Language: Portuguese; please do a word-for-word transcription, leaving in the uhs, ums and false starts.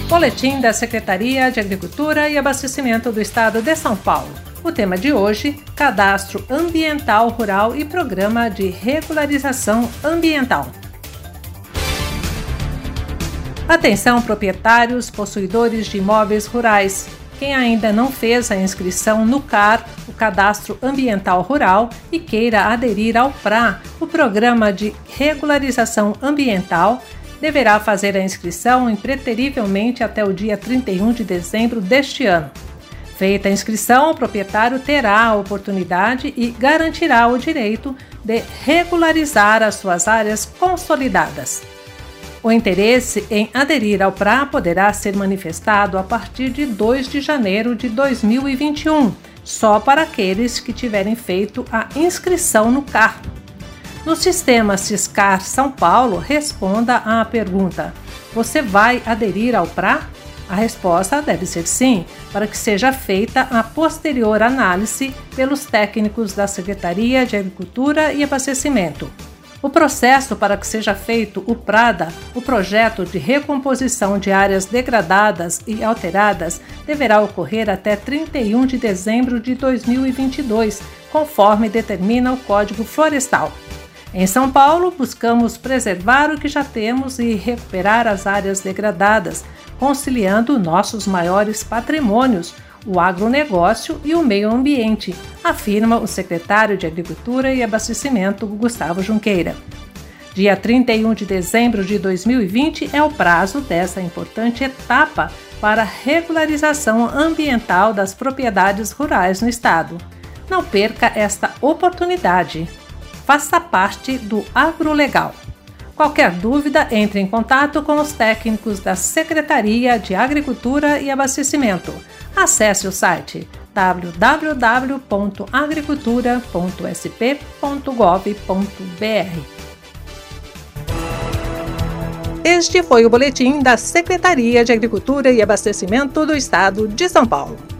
Boletim da Secretaria de Agricultura e Abastecimento do Estado de São Paulo. O tema de hoje, Cadastro Ambiental Rural e Programa de Regularização Ambiental. Atenção, proprietários, possuidores de imóveis rurais. Quem ainda não fez a inscrição no C A R, o Cadastro Ambiental Rural, e queira aderir ao P R A, o Programa de Regularização Ambiental, deverá fazer a inscrição impreterivelmente até o dia trinta e um de dezembro deste ano. Feita a inscrição, o proprietário terá a oportunidade e garantirá o direito de regularizar as suas áreas consolidadas. O interesse em aderir ao P R A poderá ser manifestado a partir de dois de janeiro de dois mil e vinte e um, só para aqueles que tiverem feito a inscrição no C A R. No sistema Siscar São Paulo, responda à pergunta: você vai aderir ao P R A? A resposta deve ser sim, para que seja feita a posterior análise pelos técnicos da Secretaria de Agricultura e Abastecimento. O processo para que seja feito o PRADA, o Projeto de Recomposição de Áreas Degradadas e Alteradas, deverá ocorrer até trinta e um de dezembro de dois mil e vinte e dois, conforme determina o Código Florestal. Em São Paulo, buscamos preservar o que já temos e recuperar as áreas degradadas, conciliando nossos maiores patrimônios, o agronegócio e o meio ambiente, afirma o secretário de Agricultura e Abastecimento, Gustavo Junqueira. Dia trinta e um de dezembro de dois mil e vinte é o prazo dessa importante etapa para a regularização ambiental das propriedades rurais no estado. Não perca esta oportunidade. Faça parte do AgroLegal. Qualquer dúvida, entre em contato com os técnicos da Secretaria de Agricultura e Abastecimento. Acesse o site w w w ponto agricultura ponto s p ponto gov ponto b r. Este foi o boletim da Secretaria de Agricultura e Abastecimento do Estado de São Paulo.